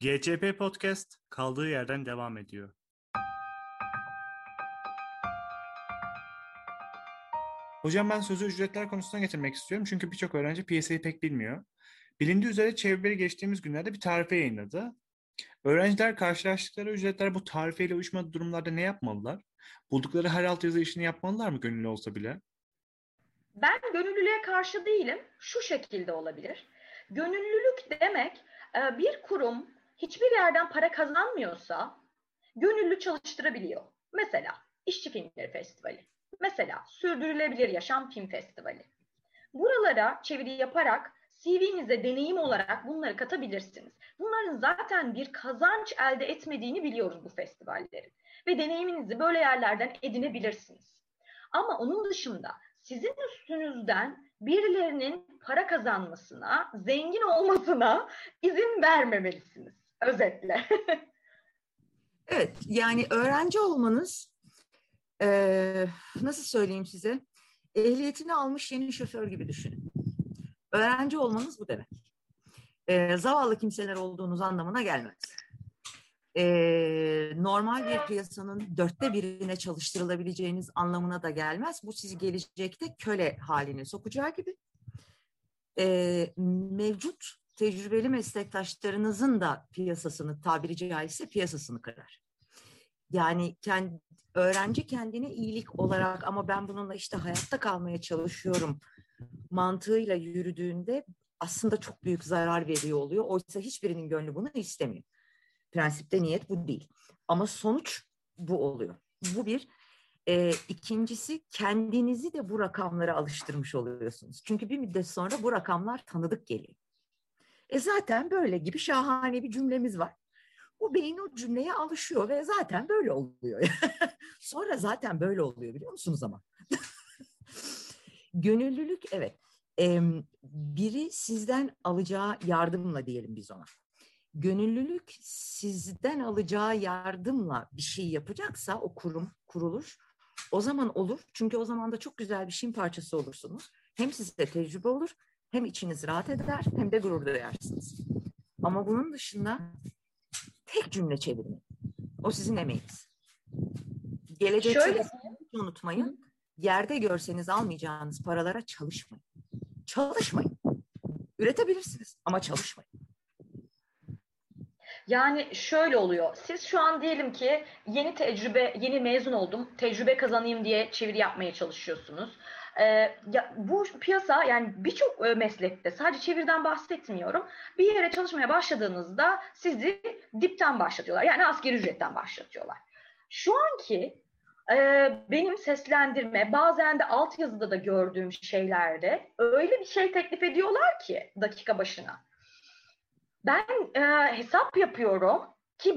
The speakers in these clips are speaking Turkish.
GCP Podcast kaldığı yerden devam ediyor. Hocam ben sözü ücretler konusuna getirmek istiyorum çünkü birçok öğrenci piyasayı pek bilmiyor. Bilindiği üzere Çevre geçtiğimiz günlerde bir tarife yayınladı. Öğrenciler karşılaştıkları ücretler bu tarifeyle uyuşmadığı durumlarda ne yapmalılar? Buldukları her altyazı işini yapmalılar mı gönüllü olsa bile? Ben gönüllülüğe karşı değilim. Şu şekilde olabilir. Gönüllülük demek bir kurum hiçbir yerden para kazanmıyorsa gönüllü çalıştırabiliyor. Mesela İşçi Filmleri Festivali. Mesela Sürdürülebilir Yaşam Film Festivali. Buralara çeviri yaparak CV'nize deneyim olarak bunları katabilirsiniz. Bunların zaten bir kazanç elde etmediğini biliyoruz bu festivallerin. Ve deneyiminizi böyle yerlerden edinebilirsiniz. Ama onun dışında sizin üstünüzden birilerinin para kazanmasına, zengin olmasına izin vermemelisiniz. Özetle. Evet, yani öğrenci olmanız, nasıl söyleyeyim size, ehliyetini almış yeni şoför gibi düşünün. Öğrenci olmanız bu demek. Zavallı kimseler olduğunuz anlamına gelmez. Normal bir piyasanın 1/4'ine çalıştırılabileceğiniz anlamına da gelmez. Bu sizi gelecekte köle haline sokacağı gibi. Mevcut tecrübeli meslektaşlarınızın da piyasasını, tabiri caizse piyasasını kırar. Yani öğrenci kendine iyilik olarak ama ben bununla işte hayatta kalmaya çalışıyorum mantığıyla yürüdüğünde aslında çok büyük zarar veriyor oluyor. Oysa hiçbirinin gönlü bunu istemiyor. Prensipte niyet bu değil. Ama sonuç bu oluyor. Bu bir. İkincisi kendinizi de bu rakamlara alıştırmış oluyorsunuz. Çünkü bir müddet sonra bu rakamlar tanıdık geliyor. Zaten böyle gibi şahane bir cümlemiz var. O beyin o cümleye alışıyor ve zaten böyle oluyor. Sonra zaten böyle oluyor biliyor musunuz ama? Gönüllülük evet. Biri sizden alacağı yardımla diyelim biz ona. Gönüllülük sizden alacağı yardımla bir şey yapacaksa o kurum, kuruluş o zaman olur. Çünkü o zaman da çok güzel bir şeyin parçası olursunuz. Hem size tecrübe olur, hem içiniz rahat eder, hem de gurur duyarsınız. Ama bunun dışında tek cümle çevirmeyin. O sizin emeğiniz. Gelecekse de Şöyle, hiç unutmayın. Yerde görseniz almayacağınız paralara çalışmayın. Çalışmayın. Üretebilirsiniz ama çalışmayın. yani şöyle oluyor. Siz şu an diyelim ki yeni mezun oldum, tecrübe kazanayım diye çeviri yapmaya çalışıyorsunuz. Ya bu piyasa yani birçok meslekte sadece çeviriden bahsetmiyorum. Bir yere çalışmaya başladığınızda sizi dipten başlatıyorlar. Yani asgari ücretten başlatıyorlar. Şu anki benim seslendirme bazen de altyazıda da gördüğüm şeylerde öyle bir şey teklif ediyorlar ki dakika başına. Ben hesap yapıyorum ki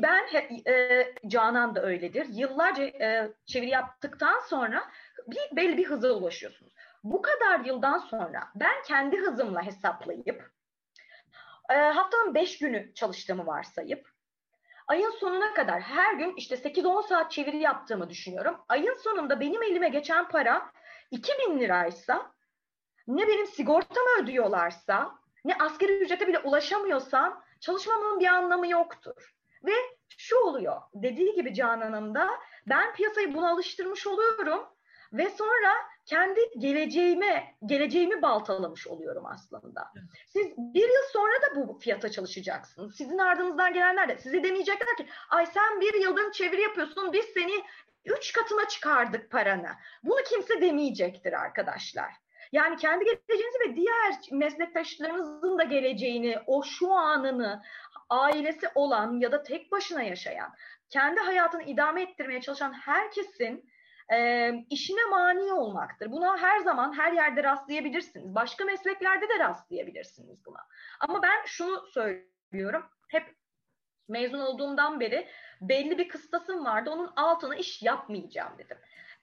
Canan da öyledir. Yıllarca çeviri yaptıktan sonra belli bir hıza ulaşıyorsunuz. Bu kadar yıldan sonra ben kendi hızımla hesaplayıp haftanın 5 günü çalıştığımı varsayıp ayın sonuna kadar her gün işte 8-10 saat çeviri yaptığımı düşünüyorum. Ayın sonunda benim elime geçen para 2.000 liraysa ne benim sigortamı ödüyorlarsa ne asgari ücrete bile ulaşamıyorsam çalışmamın bir anlamı yoktur. Ve şu oluyor dediği gibi Canan'ın da ben piyasayı buna alıştırmış oluyorum ve sonra kendi geleceğimi baltalamış oluyorum aslında. Siz bir yıl sonra da bu fiyata çalışacaksınız. Sizin ardınızdan gelenler de size demeyecekler ki ay sen bir yıldır çeviri yapıyorsun biz seni 3 katına çıkardık paranı. Bunu kimse demeyecektir arkadaşlar. Yani kendi geleceğinizi ve diğer meslektaşlarınızın da geleceğini, o şu anını, ailesi olan ya da tek başına yaşayan, kendi hayatını idame ettirmeye çalışan herkesin işine mani olmaktır. Buna her zaman her yerde rastlayabilirsiniz. Başka mesleklerde de rastlayabilirsiniz buna. Ama ben şunu söylüyorum, hep mezun olduğumdan beri belli bir kıstasım vardı. Onun altına iş yapmayacağım dedim.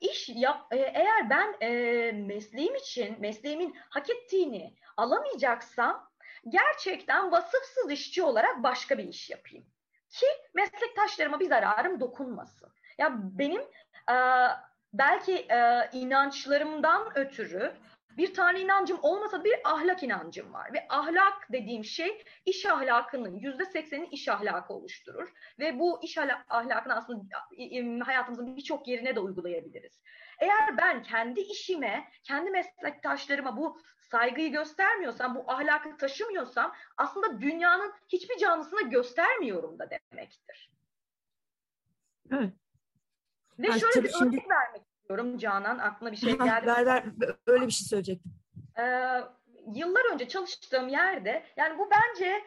Eğer ben mesleğim için mesleğimin hak ettiğini alamayacaksam gerçekten vasıfsız işçi olarak başka bir iş yapayım. Ki meslektaşlarıma bir zararım dokunmasın. Ya benim e, belki inançlarımdan ötürü Bir tanrı inancım olmasa da bir ahlak inancım var. Ve ahlak dediğim şey iş ahlakının %80'ini iş ahlakı oluşturur. Ve bu iş ahlakını aslında hayatımızın birçok yerine de uygulayabiliriz. Eğer ben kendi işime, kendi meslektaşlarıma bu saygıyı göstermiyorsam, bu ahlakı taşımıyorsam aslında dünyanın hiçbir canlısına göstermiyorum da demektir. Evet. Ve şöyle bir örnek vermek istiyorum Canan, aklına bir şey geldi. Ver, öyle bir şey söyleyecektim. Yıllar önce çalıştığım yerde, yani bu bence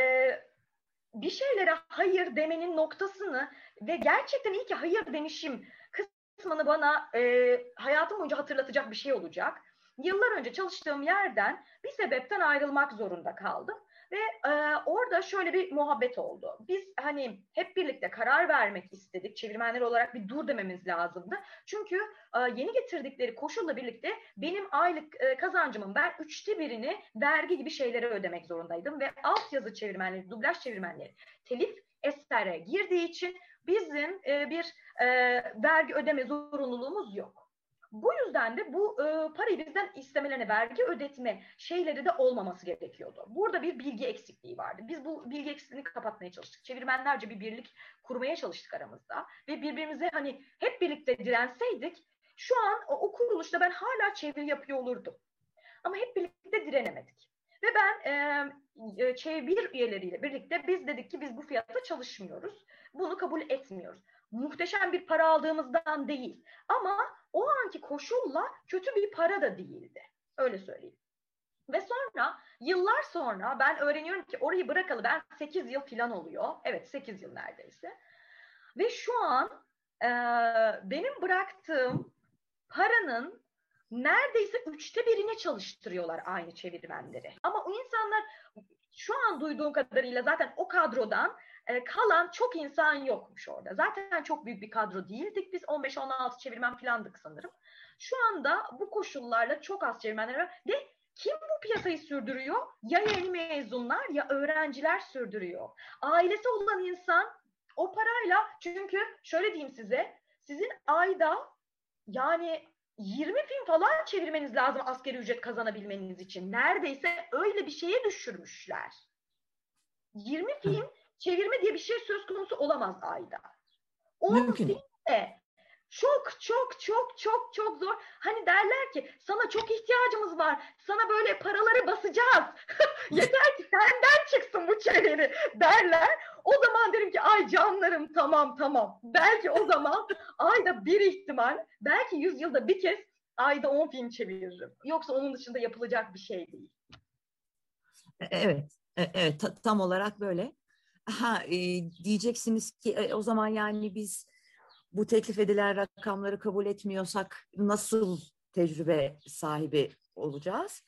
bir şeylere hayır demenin noktasını ve gerçekten iyi ki hayır demişim kısmını bana hayatım boyunca hatırlatacak bir şey olacak. Yıllar önce çalıştığım yerden bir sebepten ayrılmak zorunda kaldım. Ve orada şöyle bir muhabbet oldu. Biz hani hep birlikte karar vermek istedik. Çevirmenler olarak bir dur dememiz lazımdı. Çünkü yeni getirdikleri koşulla birlikte benim aylık kazancımın ben 1/3'ini vergi gibi şeylere ödemek zorundaydım. Ve altyazı çevirmenleri, dublaj çevirmenleri telif esere girdiği için bizim bir vergi ödeme zorunluluğumuz yok. Bu yüzden de bu parayı bizden istemelerine vergi ödetme şeyleri de olmaması gerekiyordu. Burada bir bilgi eksikliği vardı. Biz bu bilgi eksikliğini kapatmaya çalıştık. Çevirmenlerce bir birlik kurmaya çalıştık aramızda. Ve birbirimize hani hep birlikte direnseydik şu an o kuruluşta ben hala çeviri yapıyor olurdum. Ama hep birlikte direnemedik. Ve ben çevir üyeleriyle birlikte biz dedik ki biz bu fiyata çalışmıyoruz. Bunu kabul etmiyoruz. Muhteşem bir para aldığımızdan değil. Ama o anki koşulla kötü bir para da değildi. Öyle söyleyeyim. Ve sonra yıllar sonra ben öğreniyorum ki orayı bırakalı ben 8 yıl falan oluyor. Evet 8 yıl neredeyse. Ve şu an benim bıraktığım paranın neredeyse 1/3'ine çalıştırıyorlar aynı çevirmenleri. Ama o insanlar şu an duyduğum kadarıyla zaten o kadrodan kalan çok insan yokmuş orada. Zaten çok büyük bir kadro değildik. Biz 15-16 çevirmen falandık sanırım. Şu anda bu koşullarla çok az çevirmenler var. Ve kim bu piyasayı sürdürüyor? Ya yeni mezunlar ya öğrenciler sürdürüyor. Ailesi olan insan o parayla, çünkü şöyle diyeyim size, sizin ayda yani 20 film falan çevirmeniz lazım asgari ücret kazanabilmeniz için. Neredeyse öyle bir şeye düşürmüşler. 20 film çevirme diye bir şey söz konusu olamaz ayda. 10 film de çok zor. Hani derler ki sana çok ihtiyacımız var. Sana böyle paraları basacağız. Yeter ki senden çıksın bu çeviri derler. O zaman derim ki ay canlarım tamam. Belki o zaman ayda bir ihtimal, belki 100 yılda bir kez ayda 10 film çeviririm. Yoksa onun dışında yapılacak bir şey değil. Evet, tam olarak böyle. Diyeceksiniz ki o zaman yani biz bu teklif edilen rakamları kabul etmiyorsak nasıl tecrübe sahibi olacağız?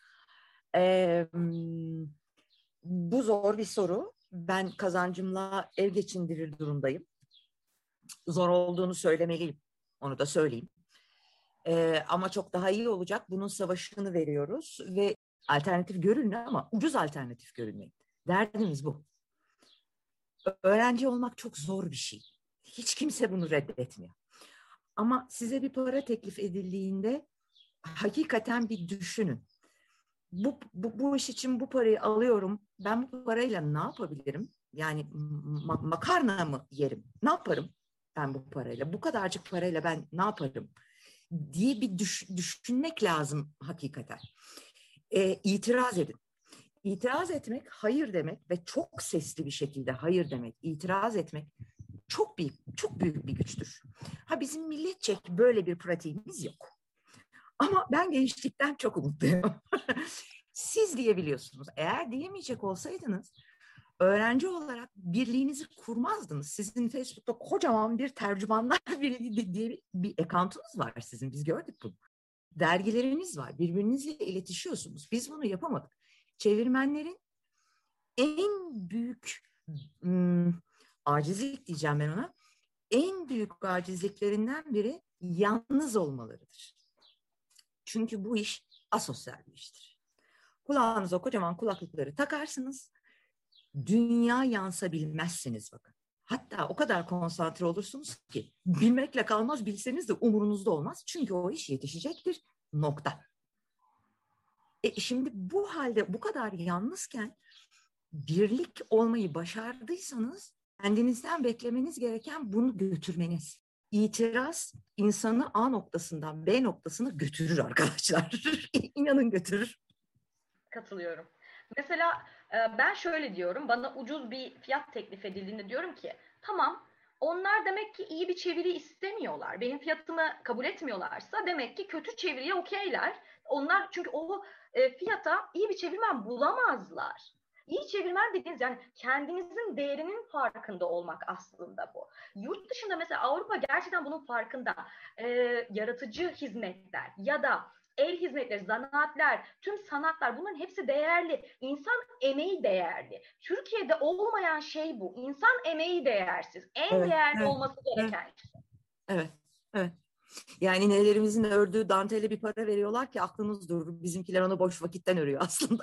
Bu zor bir soru. Ben kazancımla ev geçindirir durumdayım. Zor olduğunu söylemeliyim. Onu da söyleyeyim. Ama çok daha iyi olacak. Bunun savaşını veriyoruz ve alternatif görünüyor ama ucuz alternatif görünmeyin. Derdimiz bu. Öğrenci olmak çok zor bir şey. Hiç kimse bunu reddetmiyor. Ama size bir para teklif edildiğinde hakikaten bir düşünün. Bu iş için bu parayı alıyorum. Ben bu parayla ne yapabilirim? Yani makarna mı yerim? Ne yaparım ben bu parayla? Bu kadarcık parayla ben ne yaparım? Diye bir düşünmek lazım hakikaten. İtiraz edin. İtiraz etmek hayır demek ve çok sesli bir şekilde hayır demek, itiraz etmek çok büyük bir güçtür. Bizim milletçek böyle bir pratiğimiz yok. Ama ben gençlikten çok umutluyum. Siz diyebiliyorsunuz. Eğer diyemeyecek olsaydınız öğrenci olarak birliğinizi kurmazdınız. Sizin Facebook'ta kocaman bir tercümanlar birliği diye bir account'unuz var sizin. Biz gördük bunu. Dergileriniz var. Birbirinizle iletişiyorsunuz. Biz bunu yapamadık. Çevirmenlerin en büyük acizlik diyeceğim ben ona. En büyük acizliklerinden biri yalnız olmalarıdır. Çünkü bu iş asosyal bir iştir. Kulağınıza kocaman kulaklıkları takarsınız. Dünya yansabilmezsiniz bakın. Hatta o kadar konsantre olursunuz ki bilmekle kalmaz, bilseniz de umurunuzda olmaz. Çünkü o iş yetişecektir. Nokta. Şimdi bu halde bu kadar yalnızken birlik olmayı başardıysanız kendinizden beklemeniz gereken bunu götürmeniz. İtiraz insanı A noktasından B noktasına götürür arkadaşlar. İnanın götürür. Katılıyorum. Mesela ben şöyle diyorum, bana ucuz bir fiyat teklif edildiğinde diyorum ki tamam, onlar demek ki iyi bir çeviri istemiyorlar. Benim fiyatımı kabul etmiyorlarsa demek ki kötü çeviriye okeyler. Onlar çünkü o fiyata iyi bir çevirmen bulamazlar. İyi çevirmen dediğiniz yani kendinizin değerinin farkında olmak aslında bu. Yurt dışında mesela Avrupa gerçekten bunun farkında. Yaratıcı hizmetler ya da el hizmetleri, zanaatler, tüm sanatlar bunların hepsi değerli. İnsan emeği değerli. Türkiye'de olmayan şey bu. İnsan emeği değersiz. En değerli olması gereken şey. Evet, evet. Yani nelerimizin ördüğü dantele bir para veriyorlar ki aklınız durur. Bizimkiler onu boş vakitten örüyor aslında.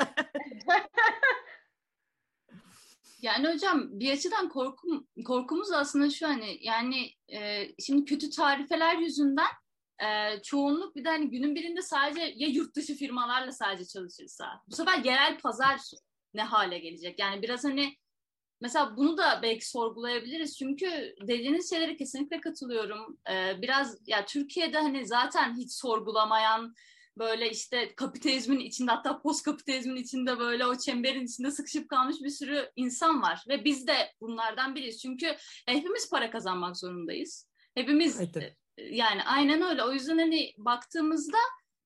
Yani hocam bir açıdan korkumuz aslında şu hani yani şimdi kötü tarifeler yüzünden çoğunluk bir de hani günün birinde sadece ya yurt dışı firmalarla sadece çalışırsa bu sefer yerel pazar ne hale gelecek? Yani biraz hani mesela bunu da belki sorgulayabiliriz çünkü dediğiniz şeylere kesinlikle katılıyorum. Biraz ya Türkiye'de hani zaten hiç sorgulamayan böyle işte kapitalizmin içinde hatta post kapitalizmin içinde böyle o çemberin içinde sıkışıp kalmış bir sürü insan var ve biz de bunlardan biriyiz çünkü hepimiz para kazanmak zorundayız. Hepimiz yani aynen öyle. O yüzden hani baktığımızda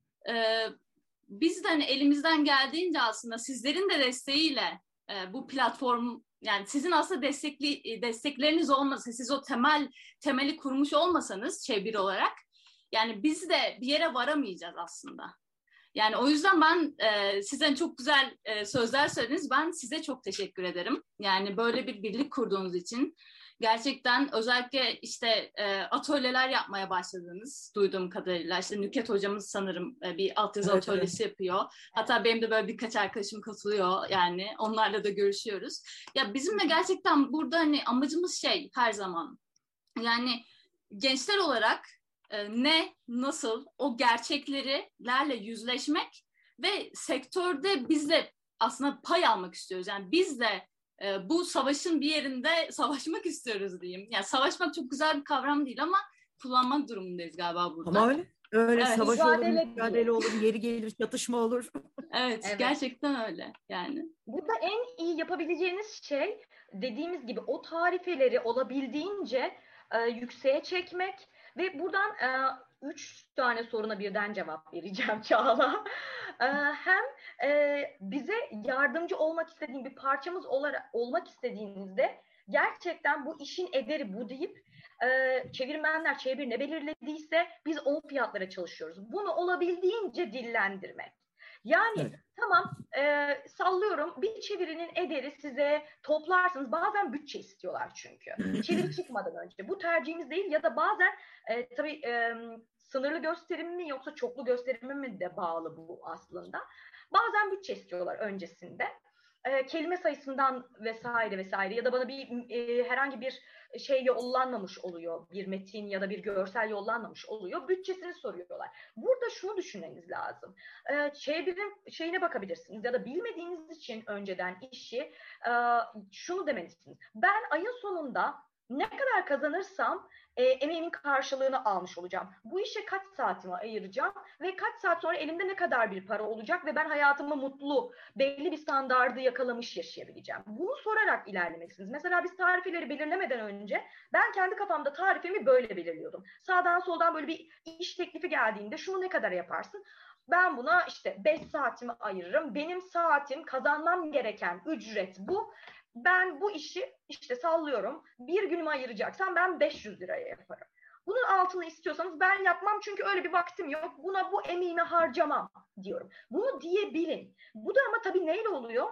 biz de hani elimizden geldiğince aslında sizlerin de desteğiyle bu platform yani sizin aslında destekleriniz olmasa siz o temeli kurmuş olmasanız çeviri olarak yani biz de bir yere varamayacağız aslında. Yani o yüzden ben sizden çok güzel sözler söylediniz. Ben size çok teşekkür ederim. Yani böyle bir birlik kurduğunuz için. Gerçekten özellikle işte atölyeler yapmaya başladınız duyduğum kadarıyla. İşte Nükhet hocamız sanırım bir altyazı atölyesi yapıyor. Hatta benim de böyle birkaç arkadaşım katılıyor yani. Onlarla da görüşüyoruz. Ya bizim de gerçekten burada hani amacımız şey her zaman. Yani gençler olarak nasıl o gerçeklerle yüzleşmek ve sektörde biz de aslında pay almak istiyoruz. Yani biz de bu savaşın bir yerinde savaşmak istiyoruz diyeyim. Yani savaşmak çok güzel bir kavram değil ama kullanmak durumundayız galiba burada. Ama öyle evet. savaş olur, mücadele olur, yeri gelir çatışma olur. Evet, gerçekten öyle yani. Burada en iyi yapabileceğiniz şey dediğimiz gibi o tarifeleri olabildiğince yükseğe çekmek ve buradan 3 tane soruna birden cevap vereceğim Çağla. Hem bize yardımcı olmak istediğin bir parçamız olarak olmak istediğinizde gerçekten bu işin ederi bu deyip çevirmenler çeviri ne belirlediyse biz o fiyatlara çalışıyoruz. Bunu olabildiğince dillendirmek. Yani tamam sallıyorum bir çevirinin ederi size toplarsınız. Bazen bütçe istiyorlar çünkü. Çeviri çıkmadan önce. Bu tercihimiz değil ya da bazen tabii sınırlı gösterim mi yoksa çoklu gösterimi mi de bağlı bu aslında. Bazen bütçe istiyorlar öncesinde. Kelime sayısından vesaire vesaire ya da bana bir herhangi bir şey yollanmamış oluyor. Bir metin ya da bir görsel yollanmamış oluyor. Bütçesini soruyorlar. Burada şunu düşünmeniz lazım. Çevirinin şeyine bakabilirsiniz ya da bilmediğiniz için önceden işi şunu demelisiniz. Ben ayın sonunda ne kadar kazanırsam emeğimin karşılığını almış olacağım. Bu işe kaç saatimi ayıracağım ve kaç saat sonra elimde ne kadar bir para olacak ve ben hayatımı mutlu, belli bir standardı yakalamış yaşayabileceğim. Bunu sorarak ilerlemelisiniz. Mesela biz tarifeleri belirlemeden önce ben kendi kafamda tarifemi böyle belirliyordum. Sağdan soldan böyle bir iş teklifi geldiğinde şunu ne kadar yaparsın? Ben buna işte 5 saatimi ayırırım. Benim saatim kazanmam gereken ücret bu. Ben bu işi işte sallıyorum bir günümü ayıracaksam ben 500 liraya yaparım. Bunun altını istiyorsanız ben yapmam çünkü öyle bir vaktim yok. Buna bu emeğimi harcamam diyorum. Bunu diyebilin. Bu da ama tabii neyle oluyor?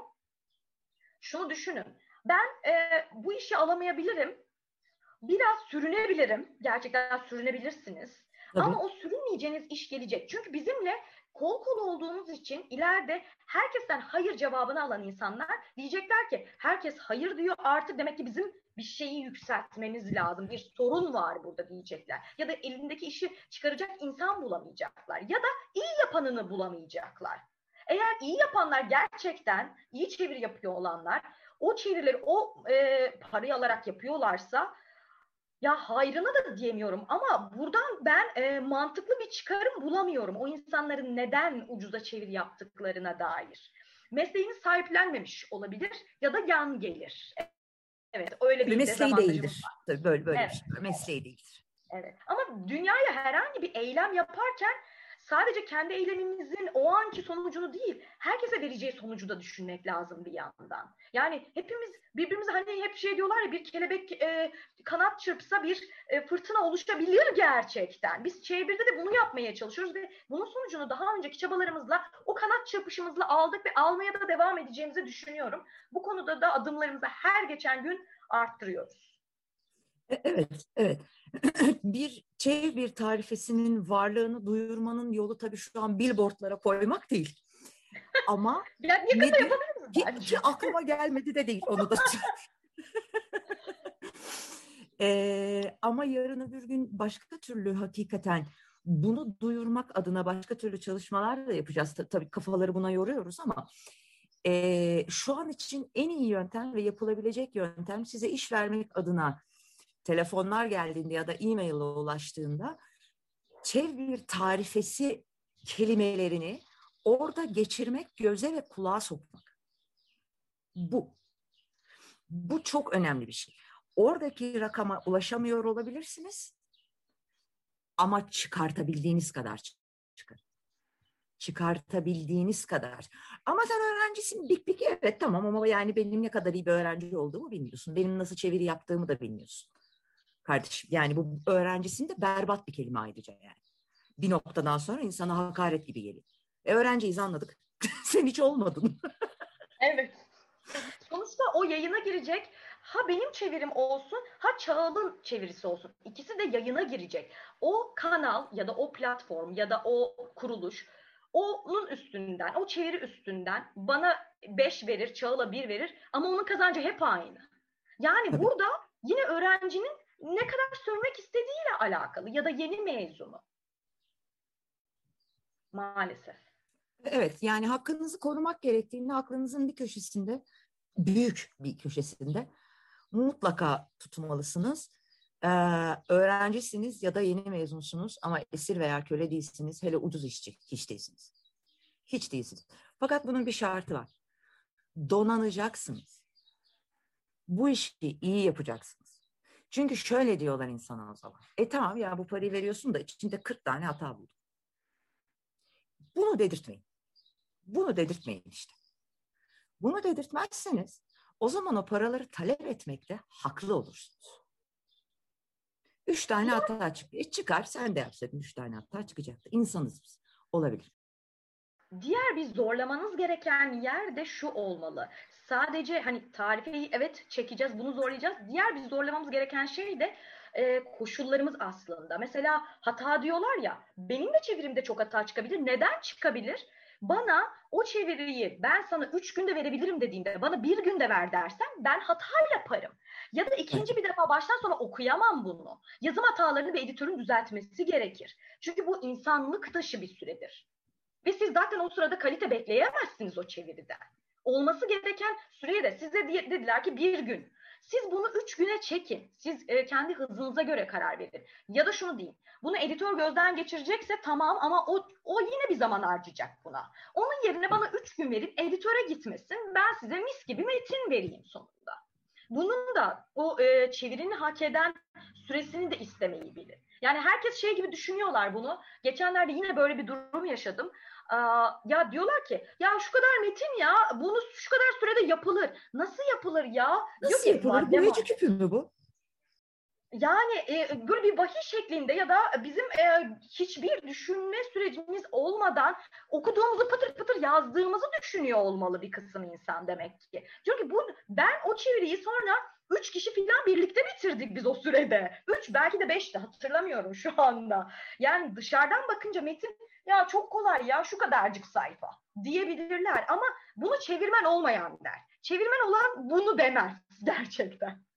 Şunu düşünün. Ben bu işi alamayabilirim. Biraz sürünebilirim. Gerçekten sürünebilirsiniz. Tabii. Ama o sürünmeyeceğiniz iş gelecek. Çünkü bizimle kol kol olduğumuz için ileride herkesten hayır cevabını alan insanlar diyecekler ki herkes hayır diyor artık demek ki bizim bir şeyi yükseltmemiz lazım. Bir sorun var burada diyecekler. Ya da elindeki işi çıkaracak insan bulamayacaklar. Ya da iyi yapanını bulamayacaklar. Eğer iyi yapanlar, gerçekten iyi çeviri yapıyor olanlar, o çevirileri parayı alarak yapıyorlarsa, ya hayrına da diyemiyorum ama buradan ben mantıklı bir çıkarım bulamıyorum. O insanların neden ucuza çeviri yaptıklarına dair. Mesleğini sahiplenmemiş olabilir ya da yan gelir. Evet, öyle bir Mesleği dezavantajımız değildir. var. Tabii böyle Evet. bir şey var. Mesleği değildir. Evet. Ama dünyaya herhangi bir eylem yaparken sadece kendi eylemimizin o anki sonucunu değil, herkese vereceği sonucu da düşünmek lazım bir yandan. Yani hepimiz birbirimize hani hep şey diyorlar ya, bir kelebek kanat çırpsa bir fırtına oluşabilir gerçekten. Biz çeviride de bunu yapmaya çalışıyoruz ve bunun sonucunu daha önceki çabalarımızla, o kanat çırpışımızla aldık ve almaya da devam edeceğimizi düşünüyorum. Bu konuda da adımlarımızı her geçen gün arttırıyoruz. Evet, evet. Bir tarifesinin varlığını duyurmanın yolu tabii şu an billboardlara koymak değil. Ama Yani yakında yapabiliriz bence. ki aklıma gelmedi de değil, onu da ama yarın öbür gün başka türlü hakikaten bunu duyurmak adına başka türlü çalışmalar da yapacağız. Tabii kafaları buna yoruyoruz ama şu an için en iyi yöntem ve yapılabilecek yöntem, size iş vermek adına telefonlar geldiğinde ya da e-mail'e ulaştığında çevir tarifesi kelimelerini orada geçirmek, göze ve kulağa sokmak. Bu çok önemli bir şey. Oradaki rakama ulaşamıyor olabilirsiniz ama çıkartabildiğiniz kadar çıkarın. Çıkartabildiğiniz kadar. Ama sen öğrencisin, bik evet tamam, ama yani benim ne kadar iyi bir öğrenci olduğumu bilmiyorsun. Benim nasıl çeviri yaptığımı da bilmiyorsun. Kardeşim, yani bu öğrencisin de berbat bir kelime ayrıca yani. Bir noktadan sonra insana hakaret gibi geliyor. Öğrenciyiz, anladık. Sen hiç olmadın. Evet. Sonuçta o yayına girecek. Ha benim çevirim olsun, ha Çağal'ın çevirisi olsun. İkisi de yayına girecek. O kanal ya da o platform ya da o kuruluş onun üstünden, o çeviri üstünden bana 5 verir, Çağal'a 1 verir ama onun kazancı hep aynı. Yani Tabii. burada yine öğrencinin ne kadar sürmek istediğiyle alakalı ya da yeni mezunu. Maalesef. Evet, yani hakkınızı korumak gerektiğinde aklınızın bir köşesinde, büyük bir köşesinde mutlaka tutmalısınız. Öğrencisiniz ya da yeni mezunsunuz ama esir veya köle değilsiniz. Hele ucuz işçi hiç değilsiniz. Hiç değilsiniz. Fakat bunun bir şartı var. Donanacaksınız. Bu işi iyi yapacaksınız. Çünkü şöyle diyorlar insana o zaman. Tamam ya, bu parayı veriyorsun da içinde 40 tane hata buldum. Bunu dedirtmeyin. Bunu dedirtmeyin işte. Bunu dedirtmezseniz o zaman o paraları talep etmekte haklı olursunuz. 3 tane hata çıktı. Çıkar, sen de yapsaydın 3 tane hata çıkacaktı. İnsanız biz. Olabilir. Diğer bir zorlamanız gereken yer de şu olmalı. Sadece hani tarifeyi evet çekeceğiz, bunu zorlayacağız. Diğer bir zorlamamız gereken şey de koşullarımız aslında. Mesela hata diyorlar ya, benim de çevirimde çok hata çıkabilir. Neden çıkabilir? Bana o çeviriyi ben sana 3 günde verebilirim dediğimde bana 1 günde ver dersen ben hata yaparım. Ya da ikinci bir defa baştan sona okuyamam bunu. Yazım hatalarını bir editörün düzeltmesi gerekir. Çünkü bu insanlık dışı bir süredir. Ve siz zaten o sırada kalite bekleyemezsiniz o çeviriden. Olması gereken süreye de size dediler ki 1 gün. Siz bunu 3 güne çekin. Siz kendi hızınıza göre karar verin. Ya da şunu diyeyim. Bunu editör gözden geçirecekse tamam ama o yine bir zaman harcayacak buna. Onun yerine bana 3 gün verin, editöre gitmesin. Ben size mis gibi metin vereyim sonunda. Bunun da o çevirinin hak eden süresini de istemeyi bilin. Yani herkes şey gibi düşünüyorlar bunu. Geçenlerde yine böyle bir durum yaşadım. Ya diyorlar ki ya şu kadar metin, ya bunu şu kadar sürede yapılır. Nasıl yapılır ya? Nasıl Diyor ki yapılır? madde Boyacı küpü mü bu? Yani böyle bir vahiy şeklinde ya da bizim hiçbir düşünme sürecimiz olmadan okuduğumuzu pıtır pıtır yazdığımızı düşünüyor olmalı bir kısım insan demek ki. Çünkü ben o çeviriyi sonra 3 kişi falan birlikte bitirdik biz o sürede. 3 belki de 5'ti, hatırlamıyorum şu anda. Yani dışarıdan bakınca metin ya çok kolay ya şu kadarcık sayfa diyebilirler ama bunu çevirmen olmayan der. Çevirmen olan bunu demez gerçekten.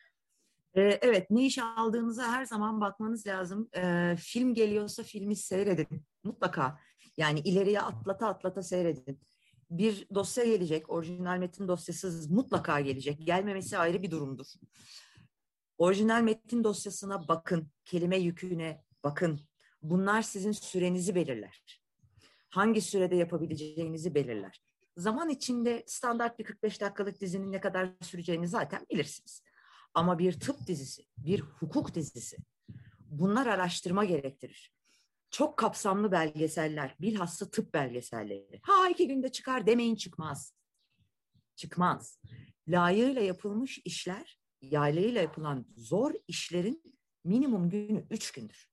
Evet, ne iş aldığınıza her zaman bakmanız lazım. Film geliyorsa filmi seyredin. Mutlaka. Yani ileriye atlata atlata seyredin. Bir dosya gelecek, orijinal metin dosyası mutlaka gelecek. Gelmemesi ayrı bir durumdur. Orijinal metin dosyasına bakın, kelime yüküne bakın. Bunlar sizin sürenizi belirler. Hangi sürede yapabileceğinizi belirler. Zaman içinde standart bir 45 dakikalık dizinin ne kadar süreceğini zaten bilirsiniz. Ama bir tıp dizisi, bir hukuk dizisi, bunlar araştırma gerektirir. Çok kapsamlı belgeseller, bilhassa tıp belgeselleri. Ha 2 günde çıkar demeyin, çıkmaz. Çıkmaz. Layığıyla yapılmış işler, yaylığıyla yapılan zor işlerin minimum günü 3 gündür.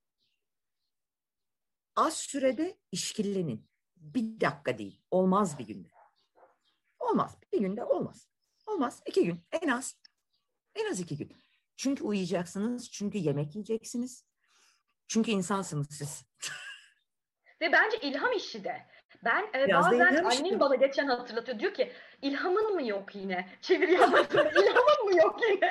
Az sürede işkillenin. 1 dakika değil. Olmaz bir günde. Olmaz. Bir günde olmaz. Olmaz. 2 gün. En az. En az 2 gün. Çünkü uyuyacaksınız. Çünkü yemek yiyeceksiniz. Çünkü insansınız siz. Ve bence ilham işi de. Ben Biraz da bazen ilham işi. annem bana geçen hatırlatıyor. Diyor ki ilhamın mı yok yine? Çeviri yapmasında ilhamın mı yok yine?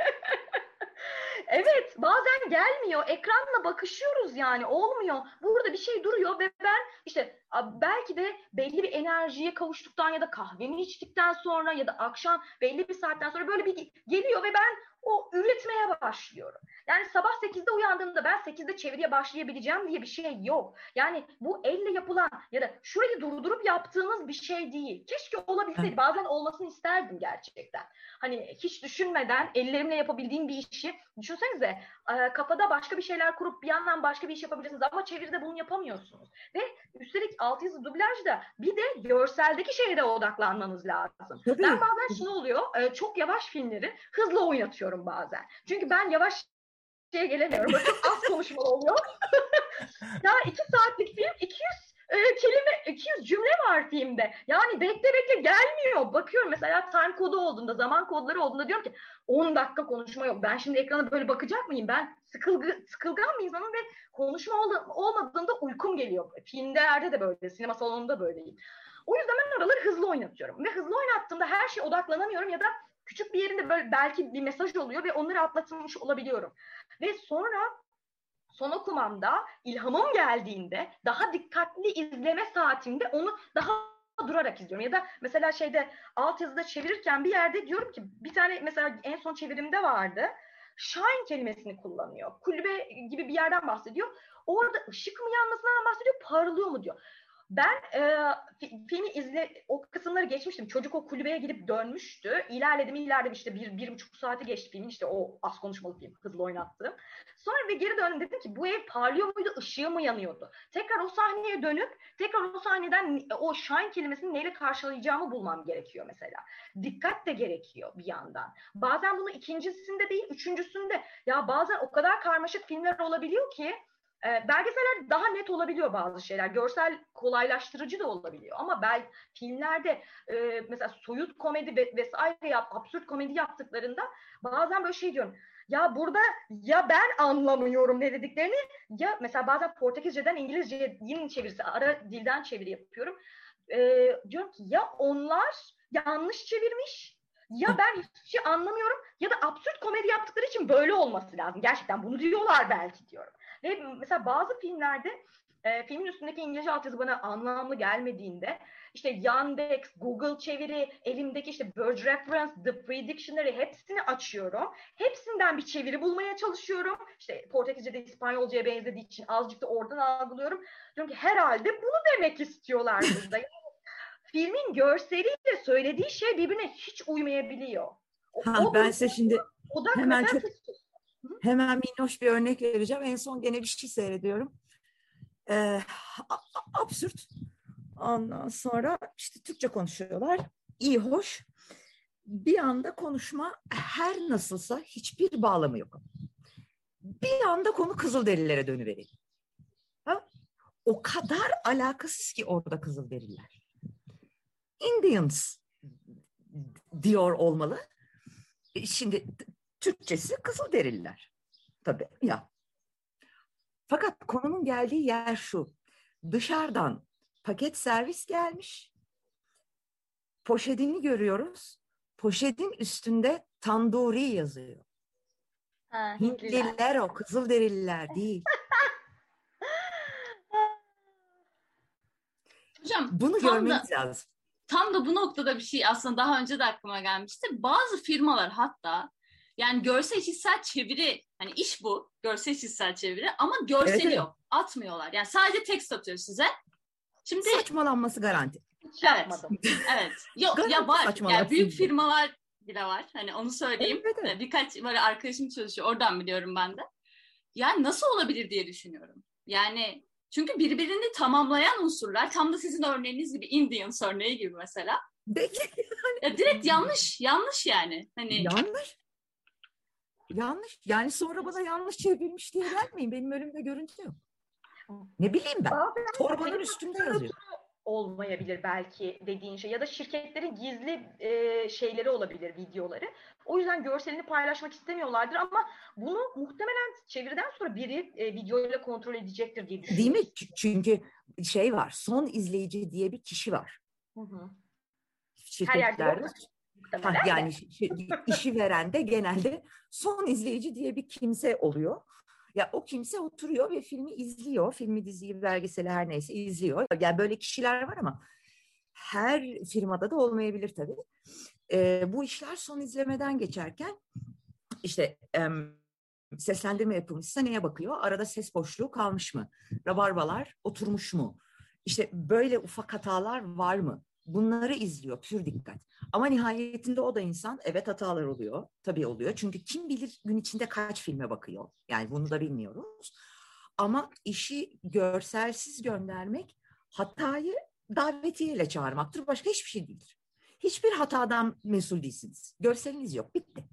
Evet, bazen gelmiyor. Ekranla bakışıyoruz yani. Olmuyor. Burada bir şey duruyor ve ben işte belki de belli bir enerjiye kavuştuktan ya da kahvemi içtikten sonra ya da akşam belli bir saatten sonra böyle bir geliyor ve ben o üretmeye başlıyorum. Yani sabah 8'de uyandığımda ben 8'de çeviriye başlayabileceğim diye bir şey yok. Yani bu elle yapılan ya da şurayı durdurup yaptığımız bir şey değil. Keşke olabilseydi. Bazen olmasını isterdim gerçekten. Hani hiç düşünmeden ellerimle yapabildiğim bir işi düşünsenize, kafada başka bir şeyler kurup bir yandan başka bir iş yapabilirsiniz ama çeviride bunu yapamıyorsunuz. Ve üstelik altyazı dublajda bir de görseldeki şeye de odaklanmanız lazım. Tabii. Ben bazen şunu oluyor, çok yavaş filmleri hızla oynatıyorum bazen. Çünkü ben yavaş şeye gelemiyorum. Böyle çok az konuşmalı oluyor. Ya 2 saatlik film 200 kelime, 200 cümle var filmde. Yani bekle gelmiyor. Bakıyorum mesela time kodu olduğunda, zaman kodları olduğunda diyorum ki 10 dakika konuşma yok. Ben şimdi ekrana böyle bakacak mıyım? Ben sıkılgan bir insanım ve konuşma olmadığında uykum geliyor. Filmlerde de böyle, sinema salonunda böyleyim. O yüzden ben oraları hızlı oynatıyorum. Ve hızlı oynattığımda her şeye odaklanamıyorum ya da küçük bir yerinde böyle belki bir mesaj oluyor ve onları atlatmış olabiliyorum. Ve sonra son okumamda ilhamım geldiğinde daha dikkatli izleme saatimde onu daha durarak izliyorum. Ya da mesela altyazıda çevirirken bir yerde diyorum ki bir tane mesela en son çevirimde vardı. Shine kelimesini kullanıyor. Kulübe gibi bir yerden bahsediyor. Orada ışık mı yanmasından bahsediyor, parlıyor mu diyor. Ben filmi o kısımları geçmiştim. Çocuk o kulübeye gidip dönmüştü. İlerledim işte 1,5 saati geçti filmin, işte o az konuşmalı film, hızlı oynattım. Sonra bir geri döndüm, dedim ki bu ev parlıyor muydu, ışığı mı yanıyordu? Tekrar o sahneye dönüp tekrar o sahneden o shine kelimesini neyle karşılayacağımı bulmam gerekiyor mesela. Dikkat de gerekiyor bir yandan. Bazen bunu ikincisinde değil, üçüncüsünde. Ya bazen o kadar karmaşık filmler olabiliyor ki belgeseller daha net olabiliyor bazı şeyler. Görsel kolaylaştırıcı da olabiliyor. Ama filmlerde mesela soyut komedi vesaire absürt komedi yaptıklarında bazen böyle şey diyorum. Ya burada ya ben anlamıyorum ne dediklerini, ya mesela bazen Portekizceden İngilizce'nin çevirisi, ara dilden çeviri yapıyorum. Diyorum ki ya onlar yanlış çevirmiş, ya ben hiçbir şey anlamıyorum ya da absürt komedi yaptıkları için böyle olması lazım. Gerçekten bunu diyorlar belki diyorum. Ve mesela bazı filmlerde filmin üstündeki İngilizce altyazı bana anlamlı gelmediğinde işte Yandex, Google çeviri, elimdeki işte Word Reference, The Free Dictionary hepsini açıyorum. Hepsinden bir çeviri bulmaya çalışıyorum. İşte Portekizce'de İspanyolca'ya benzediği için azıcık da oradan algılıyorum. Diyorum ki herhalde bunu demek istiyorlar burada. Yani filmin görseliyle söylediği şey birbirine hiç uymayabiliyor. Ben size şimdi hemen çok hemen minnoş bir örnek vereceğim. En son gene bir şey seyrediyorum. Absürt. Ondan sonra işte Türkçe konuşuyorlar. İyi, hoş. Bir anda konuşma her nasılsa hiçbir bağlamı yok. Bir anda konu Kızılderililere dönüveriyor. O kadar alakasız ki orada Kızılderililer. Indians diyor olmalı. Şimdi Türkçesi Kızılderililer. Tabii ya. Fakat konunun geldiği yer şu. Dışarıdan paket servis gelmiş. Poşetini görüyoruz. Poşetin üstünde tanduri yazıyor. Hintliler o, Kızılderililer değil. Hocam Bunu görmeniz lazım. Tam da bu noktada bir şey aslında daha önce de aklıma gelmişti. Bazı firmalar hatta yani görsel işitsel çeviri, hani iş bu, görsel işitsel çeviri ama görseli Evet. yok. Atmıyorlar. Yani sadece tekst atıyor size. Şimdi Saçmalanması garanti. Hiç yapmadım. evet. Yok ya Garanti var. Yani büyük saçmalarsın. firmalar bile var. Hani onu söyleyeyim. Evet. Birkaç böyle arkadaşım çalışıyor. Oradan biliyorum ben de. Yani nasıl olabilir diye düşünüyorum. Yani çünkü birbirini tamamlayan unsurlar, tam da sizin örneğiniz gibi, Indians örneği gibi mesela. Belki Ya direkt yanlış yani. Hani yanlış. Yanlış. Yani sonra bana yanlış çevrilmiş diye gelmeyin. Benim önümde görüntü yok. Ne bileyim ben. Bazen Torbanın senin üstünde yazıyor. olmayabilir belki dediğin şey ya da şirketlerin gizli şeyleri olabilir, videoları. O yüzden görselini paylaşmak istemiyorlardır ama bunu muhtemelen çeviriden sonra biri videoyla kontrol edecektir diye Değil mi? düşünüyorum. Çünkü şey var. Son izleyici diye bir kişi var. Hı hı. Her yerde Şirketlerde. yok muhtemelen de. Yani işi veren de genelde son izleyici diye bir kimse oluyor. Ya o kimse oturuyor ve filmi izliyor. Filmi, diziyi, belgeseli her neyse izliyor. Yani böyle kişiler var ama her firmada da olmayabilir tabii. Bu işler son izlemeden geçerken işte seslendirme yapılmışsa neye bakıyor? Arada ses boşluğu kalmış mı? Rabarbalar oturmuş mu? İşte böyle ufak hatalar var mı? Bunları izliyor pür dikkat. Ama nihayetinde o da insan. Evet, hatalar oluyor. Tabii oluyor. Çünkü kim bilir gün içinde kaç filme bakıyor. Yani bunu da bilmiyoruz. Ama işi görselsiz göndermek hatayı davetiyeyle çağırmaktır. Başka hiçbir şey değildir. Hiçbir hatadan mesul değilsiniz. Görseliniz yok. Bitti.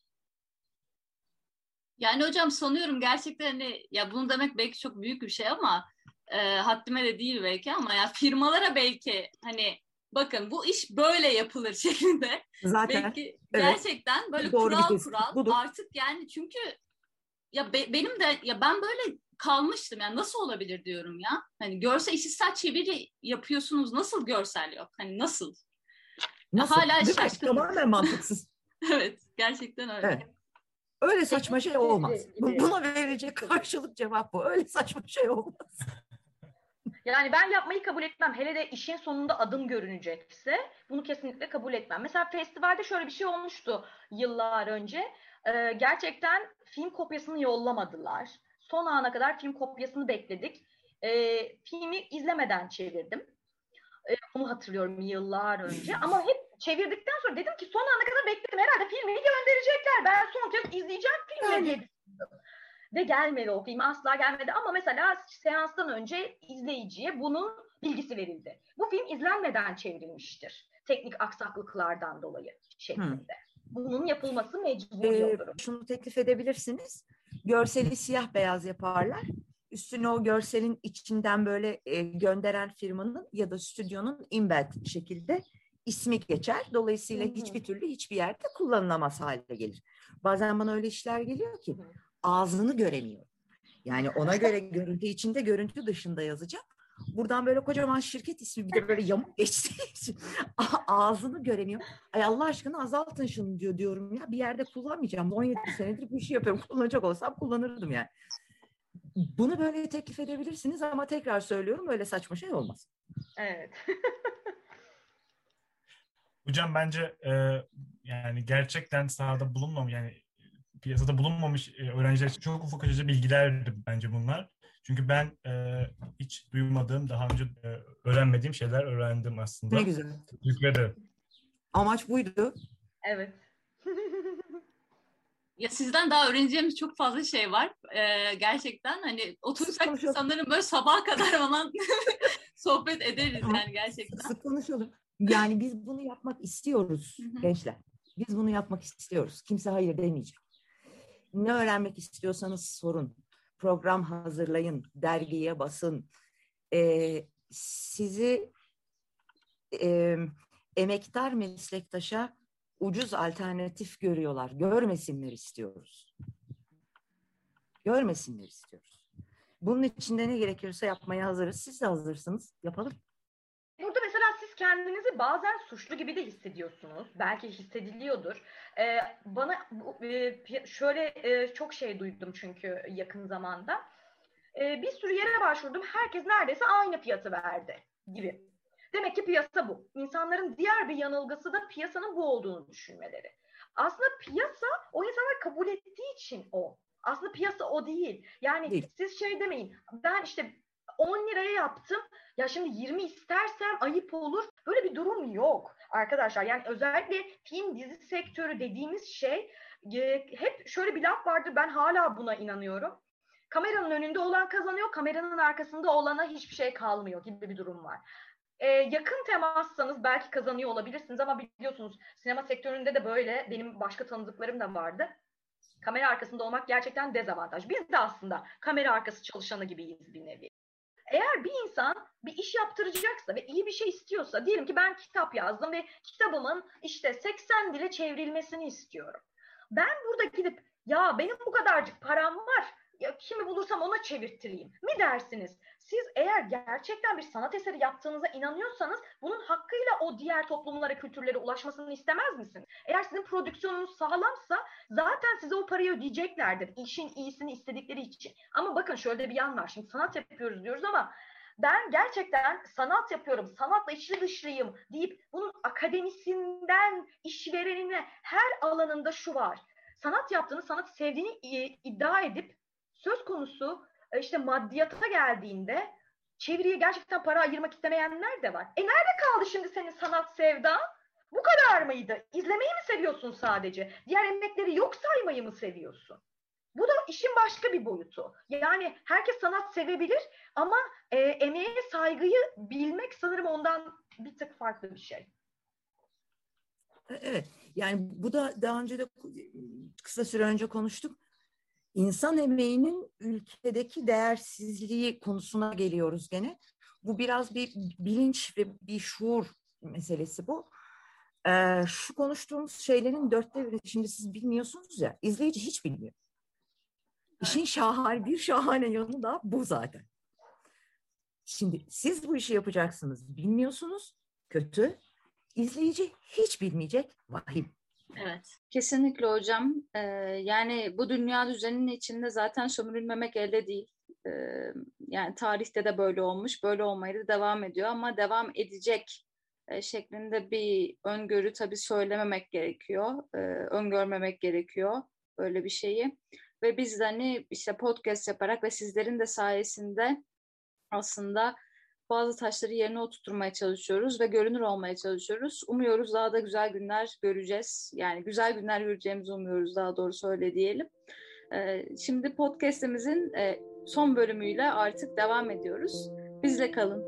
yani hocam sanıyorum gerçekten hani ya bunu demek belki çok büyük bir şey ama haddime de değil belki ama ya firmalara belki hani bakın bu iş böyle yapılır şeklinde Zaten belki evet. gerçekten böyle Doğru bir kural tespit budur. artık yani çünkü ya benim de ya ben böyle kalmıştım yani nasıl olabilir diyorum ya. Hani görsel işitsel çeviri yapıyorsunuz, nasıl görsel yok? Hani nasıl? Ya Nasıl? hala Değil mi? şaşkınım. Tamamen mantıksız. Evet, gerçekten öyle. Evet. Öyle saçma Teknik şey olmaz. gibi. Buna verecek karşılık cevap bu. Öyle saçma şey olmaz. Yani ben yapmayı kabul etmem. Hele de işin sonunda adım görünecekse bunu kesinlikle kabul etmem. Mesela festivalde şöyle bir şey olmuştu yıllar önce. Gerçekten film kopyasını yollamadılar. Son ana kadar film kopyasını bekledik. Filmi izlemeden çevirdim. Bunu hatırlıyorum yıllar önce. Ama hep çevirdikten sonra dedim ki son ana kadar bekledim. Herhalde filmi gönderecekler. Ben son kez izleyeceğim filmi diye düşündüm. Ve gelmedi, o film asla gelmedi ama mesela seanstan önce izleyiciye bunun bilgisi verildi. Bu film izlenmeden çevrilmiştir. Teknik aksaklıklardan dolayı şeklinde. Bunun yapılması mecburi olur. Şunu teklif edebilirsiniz. Görseli siyah beyaz yaparlar. Üstüne o görselin içinden böyle gönderen firmanın ya da stüdyonun embed şekilde ismi geçer. Dolayısıyla hiçbir türlü hiçbir yerde kullanılamaz hale gelir. Bazen bana öyle işler geliyor ki ağzını göremiyorum. Yani ona göre görüntü içinde, görüntü dışında yazacak. Buradan böyle kocaman şirket ismi bir de böyle yamuk geçtiği için ağzını göremiyor. Ay Allah aşkına azaltın şunu diyorum ya. Bir yerde kullanmayacağım. 17 senedir bu işi yapıyorum. Kullanacak olsam kullanırdım yani. Bunu böyle teklif edebilirsiniz ama tekrar söylüyorum, öyle saçma şey olmaz. Evet. Hocam bence yani gerçekten sahada bulunmamış, yani piyasada bulunmamış öğrenciler için çok ufak açıcı bilgilerdi bence bunlar. Çünkü ben hiç duymadığım, daha önce öğrenmediğim şeyler öğrendim Ne aslında. güzel. Teşekkür ederim. Amaç buydu. Evet. Ya sizden daha öğreneceğimiz çok fazla şey var. Gerçekten hani Sık otursak konuşalım. sanırım böyle sabaha kadar falan sohbet ederiz yani gerçekten. Sık konuşalım. Yani biz bunu yapmak istiyoruz Hı hı. gençler. Biz bunu yapmak istiyoruz. Kimse hayır demeyecek. Ne öğrenmek istiyorsanız sorun. Program hazırlayın, dergiye basın. Sizi emektar meslektaşa ucuz alternatif görüyorlar. Görmesinler istiyoruz. Görmesinler istiyoruz. Bunun için de ne gerekiyorsa yapmaya hazırız. Siz de hazırsınız. Yapalım. Burada mesela siz kendinizi bazen suçlu gibi de hissediyorsunuz. Belki hissediliyordur. Bana şöyle çok şey duydum çünkü yakın zamanda. Bir sürü yere başvurdum. Herkes neredeyse aynı fiyatı verdi gibi. Demek ki piyasa bu. İnsanların diğer bir yanılgısı da piyasanın bu olduğunu düşünmeleri. Aslında piyasa o insanlar kabul ettiği için o. Aslında piyasa o değil. Yani Değil. siz şey demeyin. Ben işte 10 liraya yaptım. Ya şimdi 20 istersem ayıp olur. Böyle bir durum yok arkadaşlar. Yani özellikle film dizi sektörü dediğimiz şey hep şöyle bir laf vardır. Ben hala buna inanıyorum. Kameranın önünde olan kazanıyor, kameranın arkasında olana hiçbir şey kalmıyor gibi bir durum var. Yakın temassanız belki kazanıyor olabilirsiniz ama biliyorsunuz sinema sektöründe de böyle, benim başka tanıdıklarım da vardı. Kamera arkasında olmak gerçekten dezavantaj. Biz de aslında kamera arkası çalışanı gibiyiz bir nevi. Eğer bir insan bir iş yaptıracaksa ve iyi bir şey istiyorsa, diyelim ki ben kitap yazdım ve kitabımın işte 80 dile çevrilmesini istiyorum. Ben burada gidip ya benim bu kadarcık param var, ya kimi bulursam ona çevirttireyim mi dersiniz? Siz eğer gerçekten bir sanat eseri yaptığınıza inanıyorsanız bunun hakkıyla o diğer toplumlara, kültürlere ulaşmasını istemez misiniz? Eğer sizin prodüksiyonunuz sağlamsa zaten size o parayı ödeyeceklerdir. İşin iyisini istedikleri için. Ama bakın şöyle bir yan var. Şimdi sanat yapıyoruz diyoruz ama ben gerçekten sanat yapıyorum, sanatla içli dışlıyım deyip bunun akademisinden işverenine her alanında şu var. Sanat yaptığını, sanatı sevdiğini iddia edip söz konusu işte maddiyata geldiğinde çeviriye gerçekten para ayırmak istemeyenler de var. Nerede kaldı şimdi senin sanat sevdan? Bu kadar mıydı? İzlemeyi mi seviyorsun sadece? Diğer emekleri yok saymayı mı seviyorsun? Bu da işin başka bir boyutu. Yani herkes sanat sevebilir ama emeğe saygıyı bilmek sanırım ondan bir tık farklı bir şey. Evet, yani bu da daha önce de kısa süre önce konuştuk. İnsan emeğinin ülkedeki değersizliği konusuna geliyoruz gene. Bu biraz bir bilinç ve bir şuur meselesi bu. Şu konuştuğumuz şeylerin 1/4, şimdi siz bilmiyorsunuz ya, izleyici hiç bilmiyor. İşin şahane yanı da bu zaten. Şimdi siz bu işi yapacaksınız, bilmiyorsunuz, kötü. İzleyici hiç bilmeyecek, vahim. Evet, kesinlikle hocam. Yani bu dünya düzeninin içinde zaten sömürülmemek elde değil. Yani tarihte de böyle olmuş, böyle olmaya da devam ediyor ama devam edecek şeklinde bir öngörü tabii söylememek gerekiyor, öngörmemek gerekiyor böyle bir şeyi. Ve biz de hani işte podcast yaparak ve sizlerin de sayesinde aslında bazı taşları yerine oturtmaya çalışıyoruz ve görünür olmaya çalışıyoruz. Umuyoruz daha da güzel günler göreceğiz. Yani güzel günler göreceğimizi umuyoruz, daha doğrusu öyle diyelim. Şimdi podcast'imizin son bölümüyle artık devam ediyoruz. Bizle kalın.